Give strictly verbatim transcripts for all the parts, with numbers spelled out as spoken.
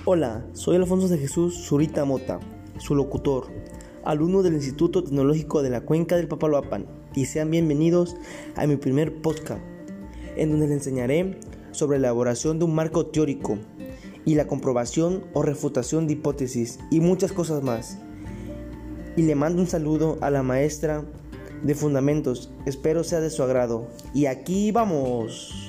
Hola, soy Alfonso de Jesús Zurita Mota, su locutor, alumno del Instituto Tecnológico de la Cuenca del Papaloapan, y sean bienvenidos a mi primer podcast, en donde les enseñaré sobre la elaboración de un marco teórico y la comprobación o refutación de hipótesis y muchas cosas más. Y le mando un saludo a la maestra de Fundamentos, espero sea de su agrado. Y aquí vamos.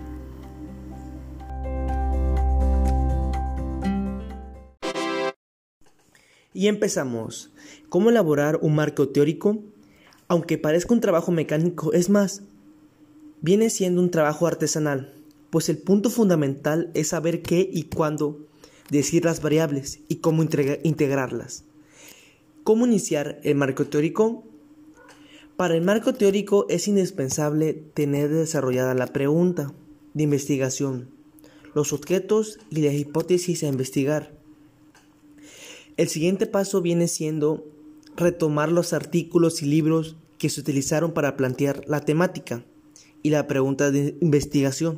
Y empezamos. ¿Cómo elaborar un marco teórico? Aunque parezca un trabajo mecánico, es más, viene siendo un trabajo artesanal, pues el punto fundamental es saber qué y cuándo decir las variables y cómo integrarlas. ¿Cómo iniciar el marco teórico? Para el marco teórico es indispensable tener desarrollada la pregunta de investigación, los objetos y las hipótesis a investigar. El siguiente paso viene siendo retomar los artículos y libros que se utilizaron para plantear la temática y la pregunta de investigación.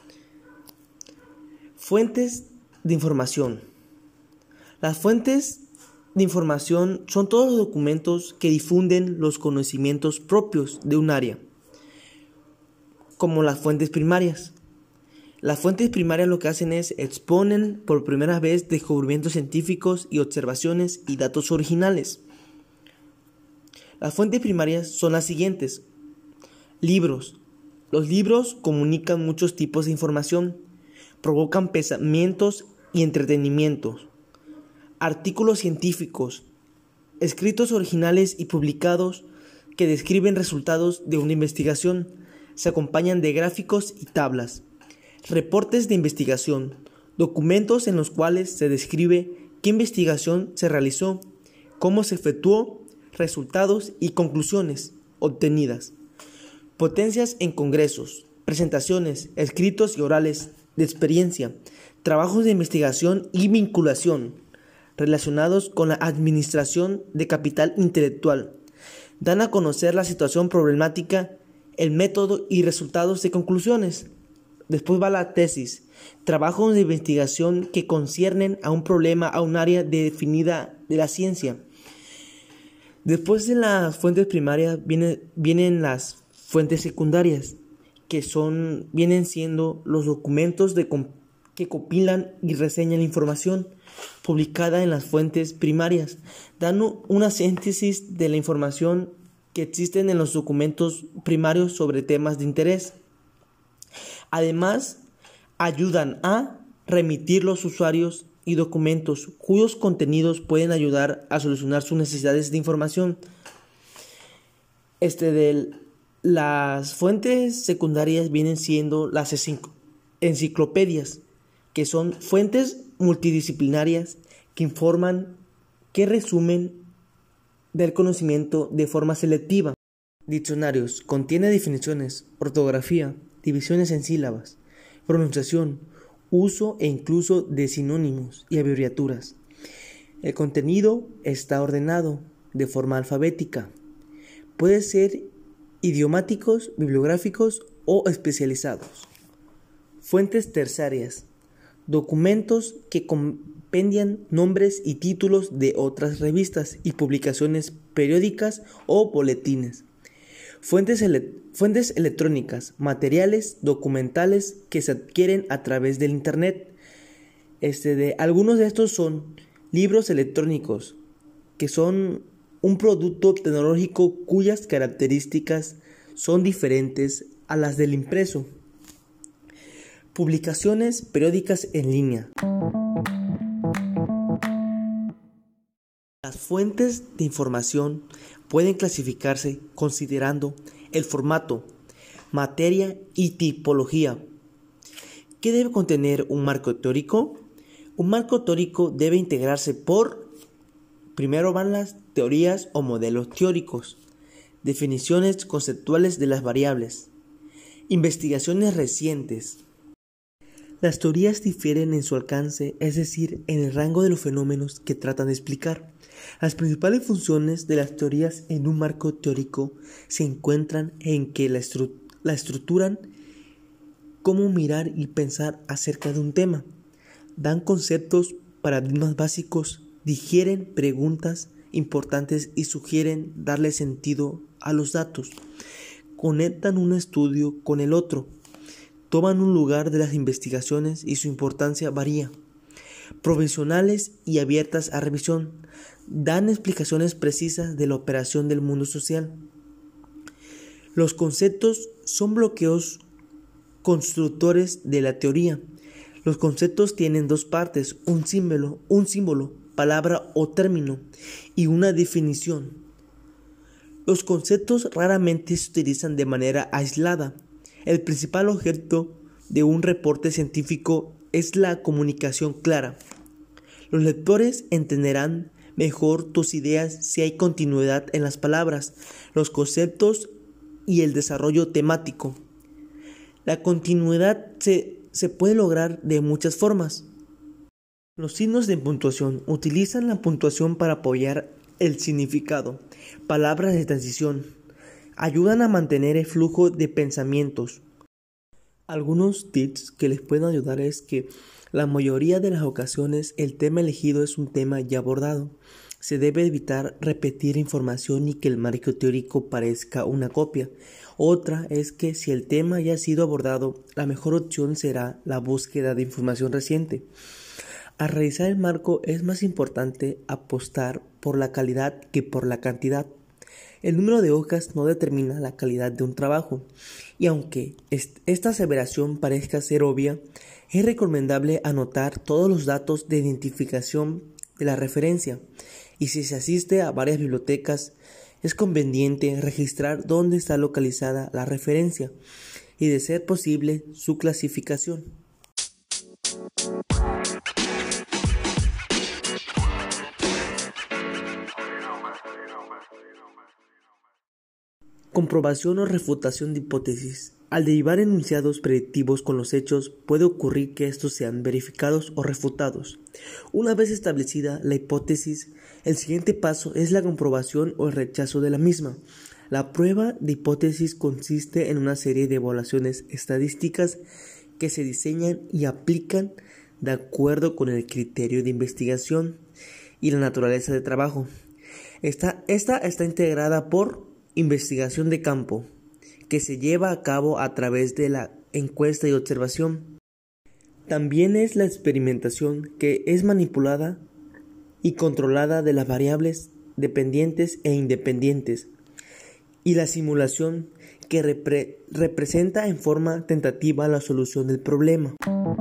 Fuentes de información. Las fuentes de información son todos los documentos que difunden los conocimientos propios de un área, como las fuentes primarias. Las fuentes primarias lo que hacen es exponen por primera vez descubrimientos científicos y observaciones y datos originales. Las fuentes primarias son las siguientes. Libros. Los libros comunican muchos tipos de información, provocan pensamientos y entretenimientos. Artículos científicos, escritos originales y publicados que describen resultados de una investigación, se acompañan de gráficos y tablas. Reportes de investigación, documentos en los cuales se describe qué investigación se realizó, cómo se efectuó, resultados y conclusiones obtenidas. Potencias en congresos, presentaciones, escritos y orales de experiencia, trabajos de investigación y vinculación relacionados con la administración de capital intelectual. Dan a conocer la situación problemática, el método y resultados de conclusiones. Después va la tesis, trabajos de investigación que conciernen a un problema, a un área definida de la ciencia. Después de las fuentes primarias viene, vienen las fuentes secundarias, que son, vienen siendo los documentos de, que compilan y reseñan la información publicada en las fuentes primarias, dando una síntesis de la información que existen en los documentos primarios sobre temas de interés. Además, ayudan a remitir los usuarios y documentos cuyos contenidos pueden ayudar a solucionar sus necesidades de información. Este de las fuentes secundarias vienen siendo las enciclopedias, que son fuentes multidisciplinarias que informan, que resumen del conocimiento de forma selectiva. Diccionarios contiene definiciones, ortografía, divisiones en sílabas, pronunciación, uso e incluso de sinónimos y abreviaturas. El contenido está ordenado de forma alfabética. Puede ser idiomáticos, bibliográficos o especializados. Fuentes terciarias. Documentos que compendian nombres y títulos de otras revistas y publicaciones periódicas o boletines. Fuentes, ele- fuentes electrónicas, materiales documentales que se adquieren a través del Internet. Este de, algunos de estos son libros electrónicos, que son un producto tecnológico cuyas características son diferentes a las del impreso. Publicaciones periódicas en línea. Las fuentes de información pueden clasificarse considerando el formato, materia y tipología. ¿Qué debe contener un marco teórico? Un marco teórico debe integrarse por, primero van las teorías o modelos teóricos, definiciones conceptuales de las variables, investigaciones recientes. Las teorías difieren en su alcance, es decir, en el rango de los fenómenos que tratan de explicar. Las principales funciones de las teorías en un marco teórico se encuentran en que la, estru- la estructuran, cómo mirar y pensar acerca de un tema, dan conceptos paradigmas básicos, digieren preguntas importantes y sugieren darle sentido a los datos. Conectan un estudio con el otro. Toman un lugar de las investigaciones y su importancia varía. Provisionales y abiertas a revisión. Dan explicaciones precisas de la operación del mundo social. Los conceptos son bloqueos constructores de la teoría. Los conceptos tienen dos partes, un símbolo, un símbolo, palabra o término, y una definición. Los conceptos raramente se utilizan de manera aislada. El principal objeto de un reporte científico es la comunicación clara. Los lectores entenderán mejor tus ideas si hay continuidad en las palabras, los conceptos y el desarrollo temático. La continuidad se, se puede lograr de muchas formas. Los signos de puntuación utilizan la puntuación para apoyar el significado. Palabras de transición ayudan a mantener el flujo de pensamientos. Algunos tips que les pueden ayudar es que la mayoría de las ocasiones el tema elegido es un tema ya abordado. Se debe evitar repetir información y que el marco teórico parezca una copia. Otra es que si el tema ya ha sido abordado, la mejor opción será la búsqueda de información reciente. Al realizar el marco es más importante apostar por la calidad que por la cantidad. El número de hojas no determina la calidad de un trabajo, y aunque esta aseveración parezca ser obvia, es recomendable anotar todos los datos de identificación de la referencia, y si se asiste a varias bibliotecas, es conveniente registrar dónde está localizada la referencia y, de ser posible, su clasificación. Comprobación o refutación de hipótesis. Al derivar enunciados predictivos con los hechos, puede ocurrir que estos sean verificados o refutados. Una vez establecida la hipótesis, el siguiente paso es la comprobación o el rechazo de la misma. La prueba de hipótesis consiste en una serie de evaluaciones estadísticas que se diseñan y aplican de acuerdo con el criterio de investigación y la naturaleza de trabajo. Esta, esta está integrada por investigación de campo, que se lleva a cabo a través de la encuesta y observación. También es la experimentación, que es manipulada y controlada de las variables dependientes e independientes, y la simulación, que repre- representa en forma tentativa la solución del problema.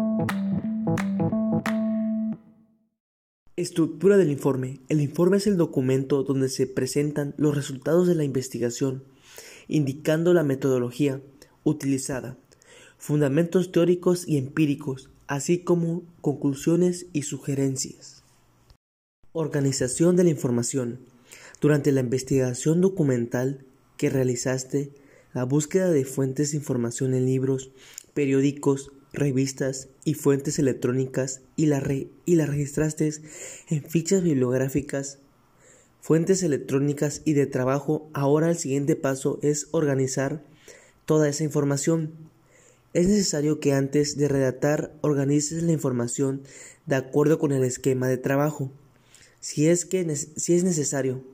Estructura del informe. El informe es el documento donde se presentan los resultados de la investigación, indicando la metodología utilizada, fundamentos teóricos y empíricos, así como conclusiones y sugerencias. Organización de la información. Durante la investigación documental que realizaste, la búsqueda de fuentes de información en libros, periódicos, revistas y fuentes electrónicas y la, re y la registraste en fichas bibliográficas, fuentes electrónicas y de trabajo. Ahora el siguiente paso es organizar toda esa información. Es necesario que antes de redactar organices la información de acuerdo con el esquema de trabajo. Si es, que, si es necesario,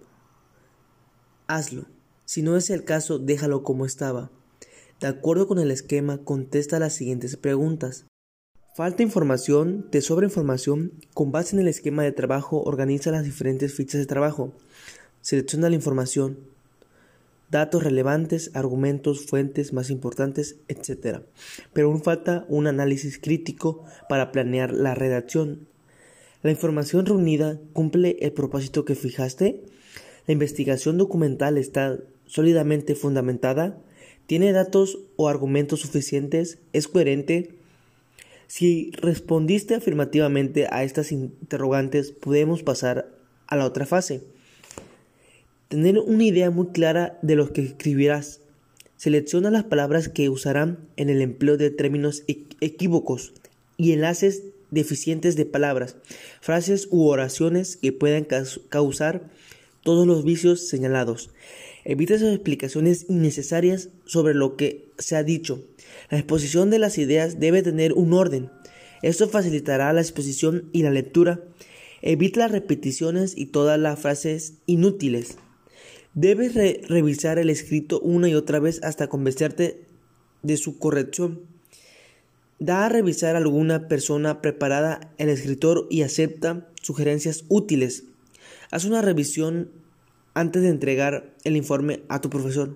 hazlo. Si no es el caso, déjalo como estaba. De acuerdo con el esquema, contesta las siguientes preguntas. ¿Falta información? ¿Te sobra información? Con base en el esquema de trabajo, organiza las diferentes fichas de trabajo. Selecciona la información, datos relevantes, argumentos, fuentes más importantes, etcétera. Pero aún falta un análisis crítico para planear la redacción. ¿La información reunida cumple el propósito que fijaste? ¿La investigación documental está sólidamente fundamentada? ¿Tiene datos o argumentos suficientes? ¿Es coherente? Si respondiste afirmativamente a estas interrogantes, podemos pasar a la otra fase. Tener una idea muy clara de lo que escribirás. Selecciona las palabras que usarán en el empleo de términos equívocos y enlaces deficientes de palabras, frases u oraciones que puedan causar todos los vicios señalados. Evita esas explicaciones innecesarias sobre lo que se ha dicho. La exposición de las ideas debe tener un orden. Esto facilitará la exposición y la lectura. Evita las repeticiones y todas las frases inútiles. Debes re- revisar el escrito una y otra vez hasta convencerte de su corrección. Da a revisar a alguna persona preparada el escritor y acepta sugerencias útiles. Haz una revisión antes de entregar el informe a tu profesor.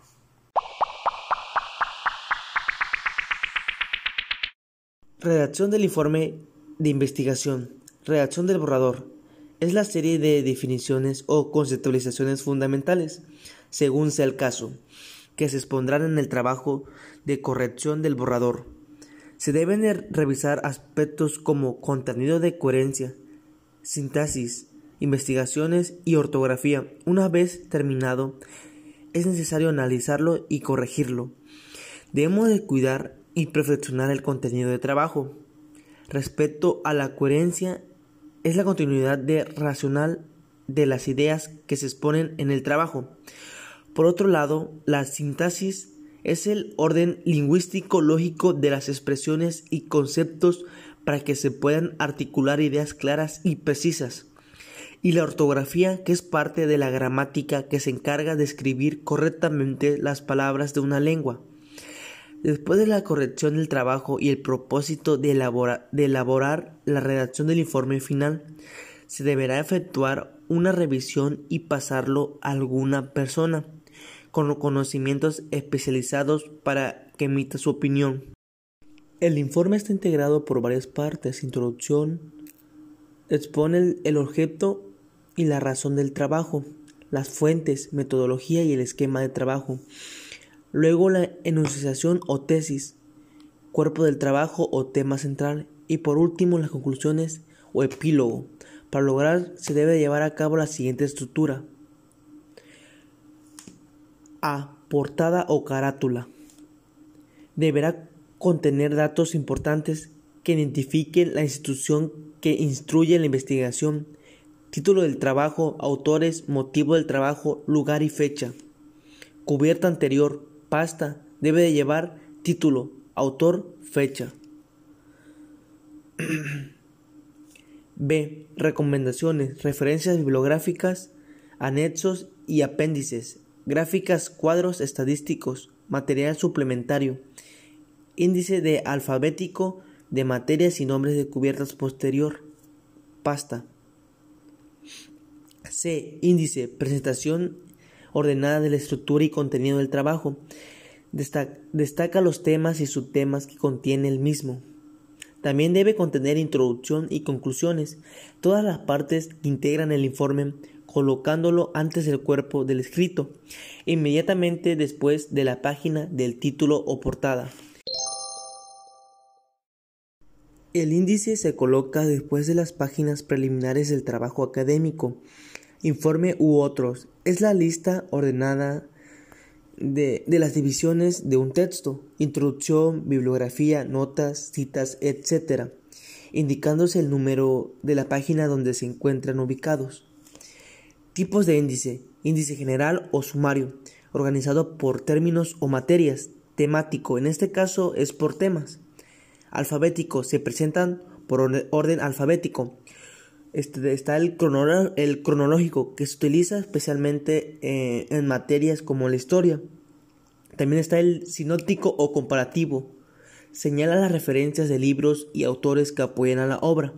Redacción del informe de investigación. Redacción del borrador. Es la serie de definiciones o conceptualizaciones fundamentales, según sea el caso, que se expondrán en el trabajo de corrección del borrador. Se deben de revisar aspectos como contenido de coherencia, sintaxis, investigaciones y ortografía. Una vez terminado, es necesario analizarlo y corregirlo. Debemos de cuidar y perfeccionar el contenido de trabajo. Respecto a la coherencia, es la continuidad de racional de las ideas que se exponen en el trabajo. Por otro lado, la sintaxis es el orden lingüístico lógico de las expresiones y conceptos para que se puedan articular ideas claras y precisas. Y la ortografía, que es parte de la gramática que se encarga de escribir correctamente las palabras de una lengua. Después de la corrección del trabajo y el propósito de, elabora, de elaborar la redacción del informe final, se deberá efectuar una revisión y pasarlo a alguna persona con conocimientos especializados para que emita su opinión. El informe está integrado por varias partes. Introducción, expone el, el objeto y la razón del trabajo, las fuentes, metodología y el esquema de trabajo. Luego la enunciación o tesis, cuerpo del trabajo o tema central, y por último las conclusiones o epílogo. Para lograr se debe llevar a cabo la siguiente estructura. A. Portada o carátula. Deberá contener datos importantes que identifiquen la institución que instruye la investigación, título del trabajo, autores, motivo del trabajo, lugar y fecha. Cubierta anterior. Pasta debe de llevar título, autor, fecha. B. Recomendaciones, referencias bibliográficas, anexos y apéndices, gráficas, cuadros estadísticos, material suplementario, índice de alfabético de materias y nombres de cubiertas posterior. Pasta. C. Índice, presentación ordenada de la estructura y contenido del trabajo. Destaca, destaca los temas y subtemas que contiene el mismo. También debe contener introducción y conclusiones, todas las partes que integran el informe, colocándolo antes del cuerpo del escrito, inmediatamente después de la página del título o portada. El índice se coloca después de las páginas preliminares del trabajo académico, informe u otros. Es la lista ordenada de, de las divisiones de un texto, introducción, bibliografía, notas, citas, etcétera, indicándose el número de la página donde se encuentran ubicados. Tipos de índice: índice general o sumario, organizado por términos o materias. Temático, en este caso es por temas. Alfabético, se presentan por orden alfabético. Este, está el, cronolo- el cronológico, que se utiliza especialmente eh, en materias como la historia. También está el sinóptico o comparativo. Señala las referencias de libros y autores que apoyan a la obra.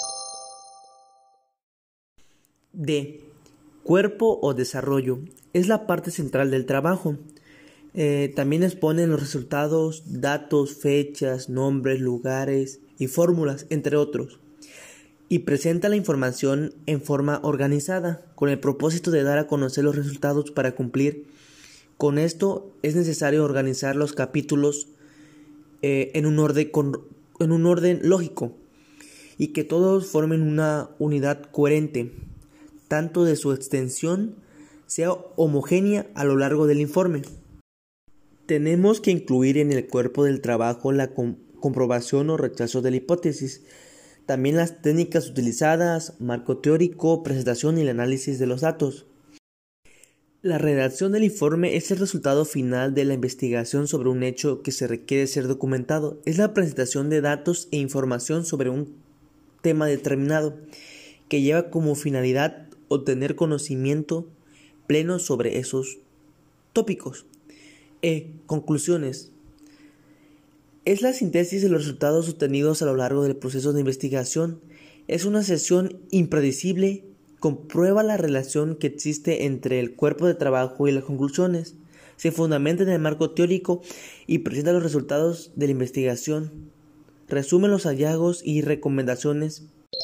D. Cuerpo o desarrollo. Es la parte central del trabajo. Eh, también exponen los resultados, datos, fechas, nombres, lugares y fórmulas, entre otros. Y presenta la información en forma organizada, con el propósito de dar a conocer los resultados para cumplir. Con esto es necesario organizar los capítulos eh, en, un orden con, en un orden lógico y que todos formen una unidad coherente, tanto de su extensión sea homogénea a lo largo del informe. Tenemos que incluir en el cuerpo del trabajo la com- comprobación o rechazo de la hipótesis. También las técnicas utilizadas, marco teórico, presentación y el análisis de los datos. La redacción del informe es el resultado final de la investigación sobre un hecho que se requiere ser documentado. Es la presentación de datos e información sobre un tema determinado, que lleva como finalidad obtener conocimiento pleno sobre esos tópicos. E. Conclusiones. Es la síntesis de los resultados obtenidos a lo largo del proceso de investigación. Es una sesión impredecible. Comprueba la relación que existe entre el cuerpo de trabajo y las conclusiones. Se fundamenta en el marco teórico y presenta los resultados de la investigación. Resume los hallazgos y recomendaciones.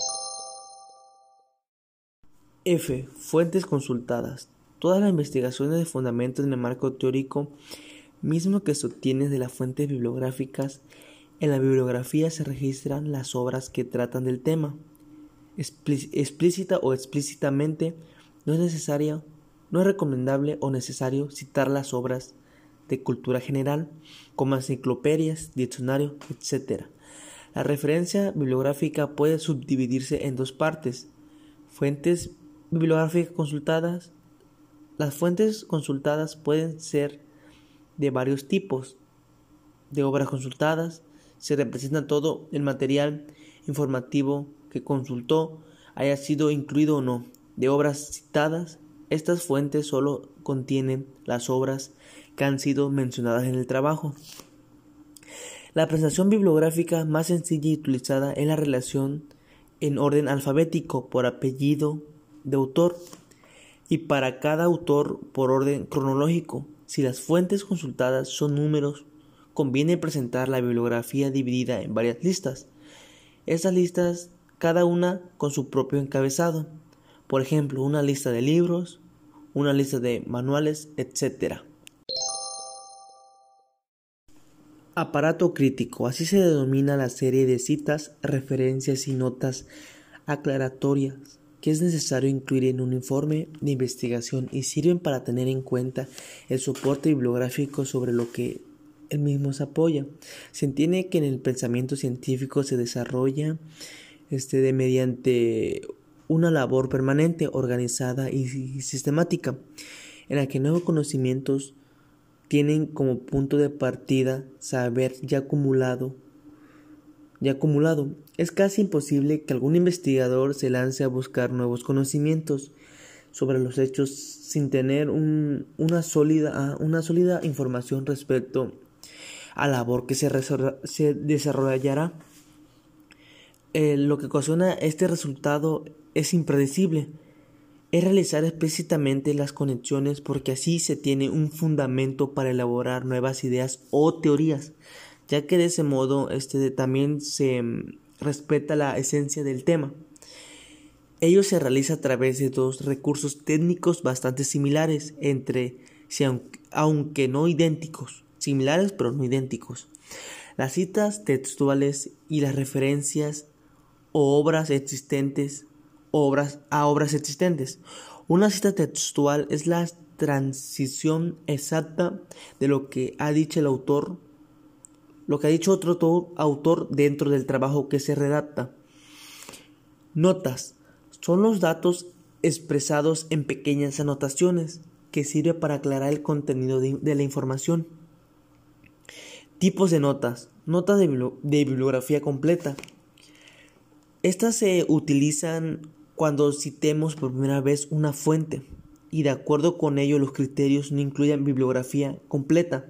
F. Fuentes consultadas. Todas las investigaciones de fundamento en el marco teórico, mismo que se obtiene de las fuentes bibliográficas. En la bibliografía se registran las obras que tratan del tema. Explícita o explícitamente, no es necesaria, no es recomendable o necesario citar las obras de cultura general, como enciclopedias, diccionarios, etcétera. La referencia bibliográfica puede subdividirse en dos partes: fuentes bibliográficas consultadas. Las fuentes consultadas pueden ser de varios tipos. De obras consultadas se representa todo el material informativo que consultó, haya sido incluido o no. De obras citadas, estas fuentes solo contienen las obras que han sido mencionadas en el trabajo. La presentación bibliográfica más sencilla y utilizada es la relación en orden alfabético por apellido de autor y para cada autor por orden cronológico. Si las fuentes consultadas son números, conviene presentar la bibliografía dividida en varias listas. Estas listas, cada una con su propio encabezado. Por ejemplo, una lista de libros, una lista de manuales, etcétera. Aparato crítico. Así se denomina la serie de citas, referencias y notas aclaratorias que es necesario incluir en un informe de investigación y sirven para tener en cuenta el soporte bibliográfico sobre lo que el mismo se apoya. Se entiende que en el pensamiento científico se desarrolla este, de mediante una labor permanente, organizada y sistemática, en la que nuevos conocimientos tienen como punto de partida saber ya acumulado. Ya acumulado. Es casi imposible que algún investigador se lance a buscar nuevos conocimientos sobre los hechos sin tener un, una, sólida, una sólida información respecto a la labor que se, se desarrollará. Eh, lo que ocasiona este resultado es impredecible. Es realizar explícitamente las conexiones porque así se tiene un fundamento para elaborar nuevas ideas o teorías, ya que de ese modo este, también se respeta la esencia del tema. Ello se realiza a través de dos recursos técnicos bastante similares, entre sí, aunque no idénticos, similares pero no idénticos: las citas textuales y las referencias o obras existentes, obras a obras existentes. Una cita textual es la transición exacta de lo que ha dicho el autor lo que ha dicho otro autor dentro del trabajo que se redacta. Notas son los datos expresados en pequeñas anotaciones que sirven para aclarar el contenido de, de la información. Tipos de notas. Notas de, de bibliografía completa. Estas se utilizan cuando citemos por primera vez una fuente y de acuerdo con ello los criterios no incluyen bibliografía completa.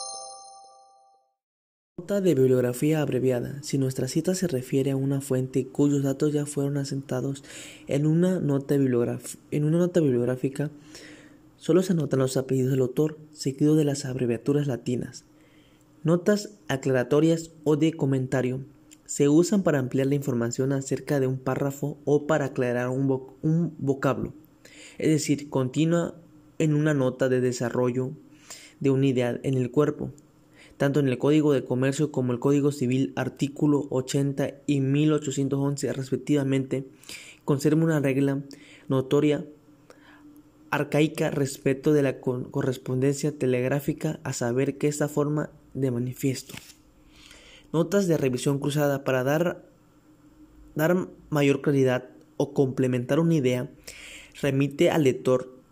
Nota de bibliografía abreviada. Si nuestra cita se refiere a una fuente cuyos datos ya fueron asentados en una nota, en una nota bibliográfica, solo se anotan los apellidos del autor, seguido de las abreviaturas latinas. Notas aclaratorias o de comentario. Se usan para ampliar la información acerca de un párrafo o para aclarar un, vo- un vocablo, es decir, continúa en una nota de desarrollo de una idea en el cuerpo. Tanto en el Código de Comercio como el Código Civil, artículo ochenta y mil ochocientos once respectivamente, conserva una regla notoria arcaica respecto de la con- correspondencia telegráfica, a saber que esta forma de manifiesto. Notas de revisión cruzada. Para dar, dar mayor claridad o complementar una idea, remite al lector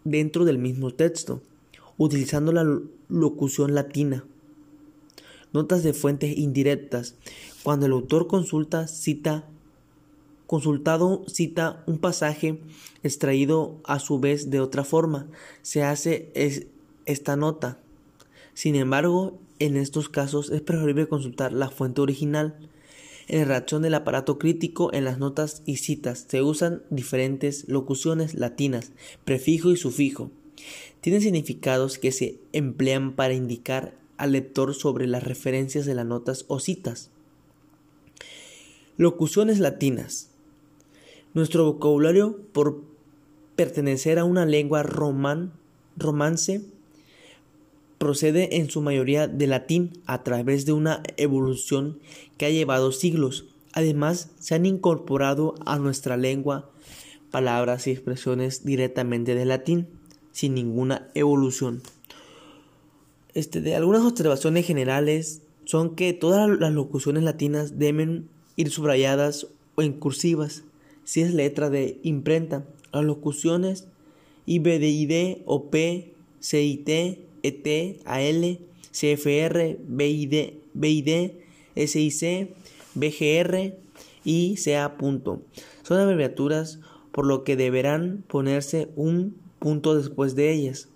dentro del mismo texto, utilizando la locución latina. Notas de fuentes indirectas. Cuando el autor consulta, cita, consultado cita un pasaje extraído a su vez de otra forma, se hace es, esta nota. Sin embargo, en estos casos es preferible consultar la fuente original. En la redacción del aparato crítico, en las notas y citas, se usan diferentes locuciones latinas, prefijo y sufijo. Tienen significados que se emplean para indicar al lector sobre las referencias de las notas o citas. Locuciones latinas. Nuestro vocabulario, por pertenecer a una lengua román, romance, procede en su mayoría del latín a través de una evolución que ha llevado siglos. Además, se han incorporado a nuestra lengua palabras y expresiones directamente del latín, sin ninguna evolución. Este, de algunas observaciones generales son que todas las locuciones latinas deben ir subrayadas o en cursivas, si es letra de imprenta. Las locuciones I B D I D o P, C I T, E T, A L, C F R, B I D, B I D, S I C, B G R y C A punto. Son abreviaturas, por lo que deberán ponerse un punto después de ellas.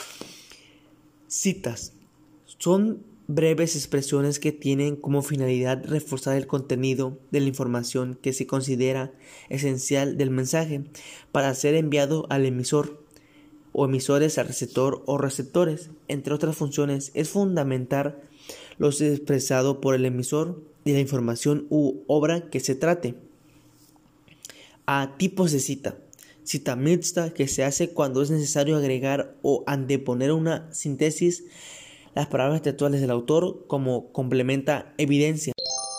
Citas. Son breves expresiones que tienen como finalidad reforzar el contenido de la información que se considera esencial del mensaje para ser enviado al emisor o emisores al receptor o receptores. Entre otras funciones, es fundamental lo expresado por el emisor de la información u obra que se trate. A tipos de cita. Cita mixta, que se hace cuando es necesario agregar o anteponer una síntesis las palabras textuales del autor como complementa evidencia.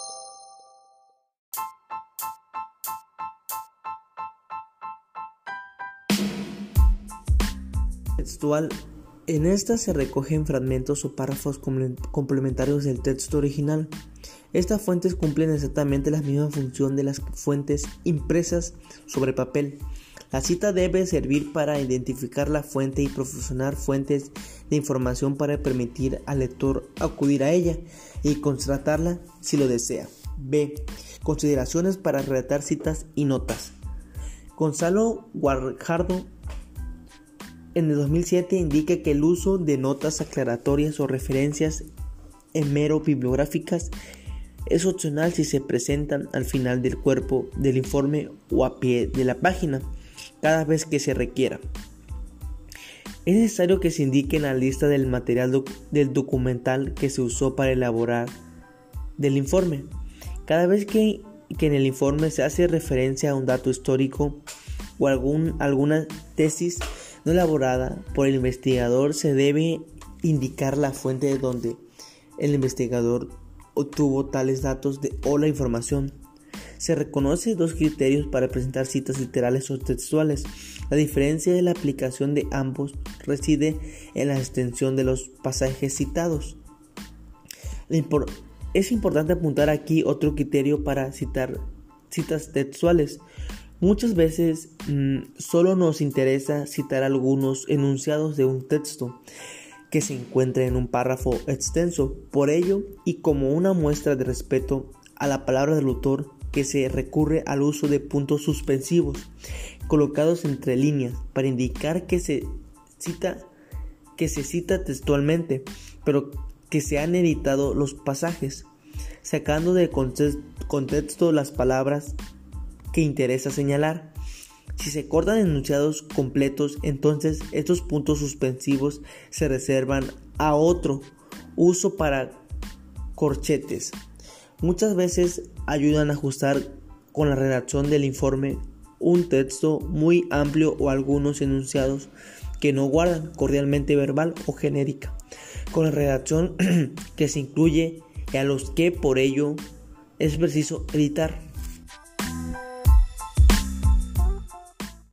Textual. En esta se recogen fragmentos o párrafos complementarios del texto original. Estas fuentes cumplen exactamente la misma función de las fuentes impresas sobre papel. La cita debe servir para identificar la fuente y proporcionar fuentes de información para permitir al lector acudir a ella y constatarla si lo desea. B. Consideraciones para redactar citas y notas. Gonzalo Guajardo en el dos mil siete indica que el uso de notas aclaratorias o referencias en mero bibliográficas es opcional si se presentan al final del cuerpo del informe o a pie de la página, cada vez que se requiera. Es necesario que se indique en la lista del material doc- del documental que se usó para elaborar del informe. Cada vez que, que en el informe se hace referencia a un dato histórico o algún, alguna tesis no elaborada por el investigador, se debe indicar la fuente de donde el investigador obtuvo tales datos de, o la información. Se reconocen dos criterios para presentar citas literales o textuales. La diferencia de la aplicación de ambos reside en la extensión de los pasajes citados. Es importante apuntar aquí otro criterio para citar citas textuales. Muchas veces mmm, solo nos interesa citar algunos enunciados de un texto que se encuentra en un párrafo extenso. Por ello, y como una muestra de respeto a la palabra del autor, que se recurre al uso de puntos suspensivos colocados entre líneas para indicar que se cita que se cita textualmente, pero que se han editado los pasajes, sacando de contexto las palabras que interesa señalar. Si se cortan enunciados completos, entonces estos puntos suspensivos se reservan a otro uso para corchetes. Muchas veces ayudan a ajustar con la redacción del informe un texto muy amplio o algunos enunciados que no guardan cordialmente verbal o genérica, con la redacción que se incluye y a los que por ello es preciso editar.